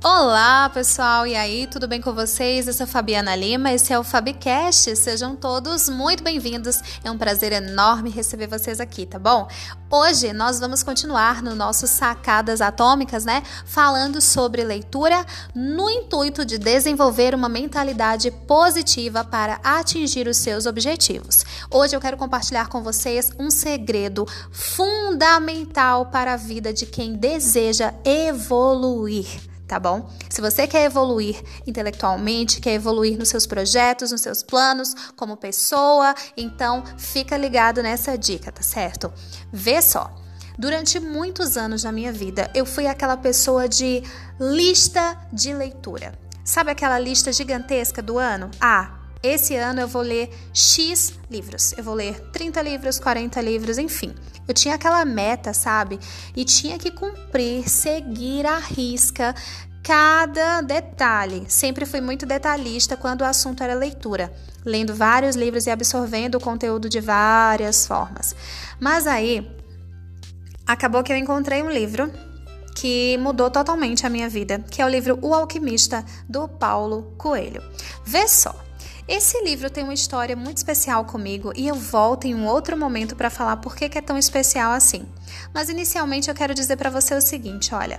Olá, pessoal! E aí, tudo bem com vocês? Eu sou Fabiana Lima, esse é o Fabicast. Sejam todos muito bem-vindos. É um prazer enorme receber vocês aqui, tá bom? Hoje nós vamos continuar no nosso Sacadas Atômicas, falando sobre leitura no intuito de desenvolver uma mentalidade positiva para atingir os seus objetivos. Hoje eu quero compartilhar com vocês um segredo fundamental para a vida de quem deseja evoluir. Tá bom? Se você quer evoluir intelectualmente, quer evoluir nos seus projetos, nos seus planos, como pessoa, então fica ligado nessa dica, tá certo? Vê só, durante muitos anos na minha vida, eu fui aquela pessoa de lista de leitura. Sabe aquela lista gigantesca do ano? Esse ano eu vou ler X livros, eu vou ler 30 livros, 40 livros, enfim. Eu tinha aquela meta, sabe? E tinha que cumprir, seguir à risca cada detalhe. Sempre fui muito detalhista quando o assunto era leitura, lendo vários livros e absorvendo o conteúdo de várias formas. Mas aí, acabou que eu encontrei um livro que mudou totalmente a minha vida, que é o livro O Alquimista, do Paulo Coelho. Vê só. Esse livro tem uma história muito especial comigo e eu volto em um outro momento para falar por que é tão especial assim. Mas inicialmente eu quero dizer para você o seguinte, olha,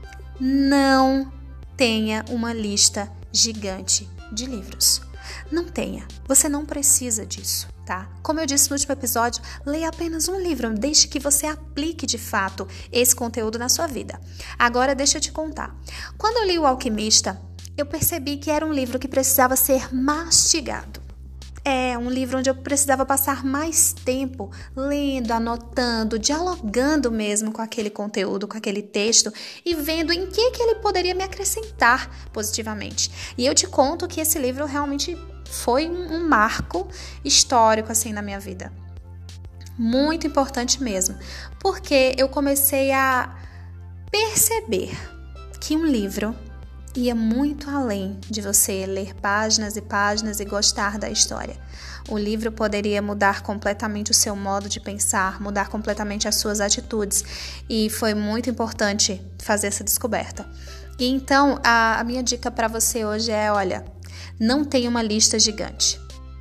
não tenha uma lista gigante de livros. Não tenha, você não precisa disso, tá? Como eu disse no último episódio, leia apenas um livro, deixe que você aplique de fato esse conteúdo na sua vida. Agora deixa eu te contar. Quando eu li O Alquimista, eu percebi que era um livro que precisava ser mastigado. É um livro onde eu precisava passar mais tempo lendo, anotando, dialogando mesmo com aquele conteúdo, com aquele texto e vendo em que ele poderia me acrescentar positivamente. E eu te conto que esse livro realmente foi um marco histórico assim na minha vida. Muito importante mesmo, porque eu comecei a perceber que um livro ia muito além de você ler páginas e páginas e gostar da história. O livro poderia mudar completamente o seu modo de pensar, mudar completamente as suas atitudes. E foi muito importante fazer essa descoberta. E então, a minha dica para você hoje é, olha, não tenha uma lista gigante,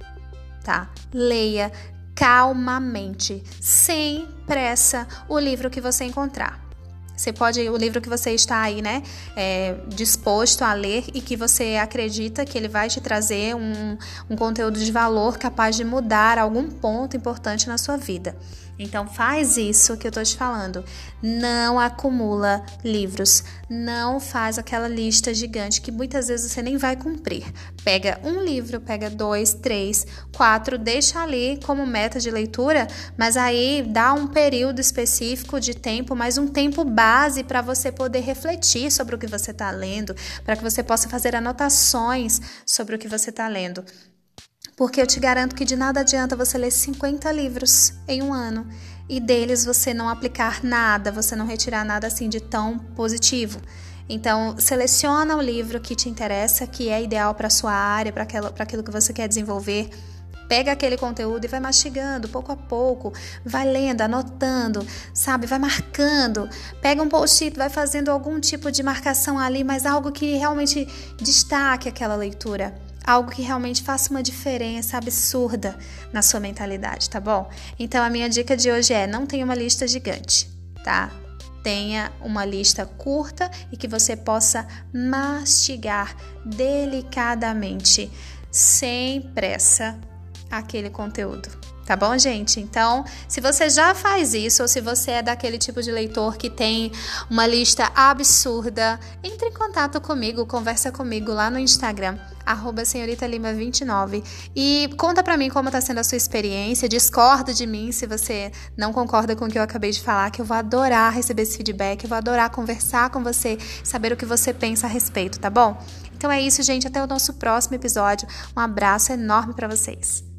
tá? Leia calmamente, sem pressa, o livro que você encontrar. O livro que você está aí, disposto a ler e que você acredita que ele vai te trazer um conteúdo de valor capaz de mudar algum ponto importante na sua vida. Então faz isso que eu tô te falando. Não acumula livros, não faz aquela lista gigante que muitas vezes você nem vai cumprir. Pega um livro, pega 2, 3, 4, deixa ali como meta de leitura, mas aí dá um período específico de tempo, mas um tempo base para você poder refletir sobre o que você está lendo, para que você possa fazer anotações sobre o que você está lendo. Porque eu te garanto que de nada adianta você ler 50 livros em um ano e deles você não aplicar nada, você não retirar nada assim de tão positivo. Então, seleciona o livro que te interessa, que é ideal para a sua área, para aquilo que você quer desenvolver. Pega aquele conteúdo e vai mastigando pouco a pouco, vai lendo, anotando, sabe? Vai marcando. Pega um post-it, vai fazendo algum tipo de marcação ali, mas algo que realmente destaque aquela leitura. Algo que realmente faça uma diferença absurda na sua mentalidade, tá bom? Então, a minha dica de hoje é, não tenha uma lista gigante, tá? Tenha uma lista curta e que você possa mastigar delicadamente, sem pressa, aquele conteúdo. Tá bom, gente? Então, se você já faz isso ou se você é daquele tipo de leitor que tem uma lista absurda, entre em contato comigo, conversa comigo lá no Instagram, @senhoritalima29 e conta pra mim como tá sendo a sua experiência, discorda de mim se você não concorda com o que eu acabei de falar, que eu vou adorar receber esse feedback, eu vou adorar conversar com você, saber o que você pensa a respeito, tá bom? Então é isso, gente, até o nosso próximo episódio, um abraço enorme pra vocês.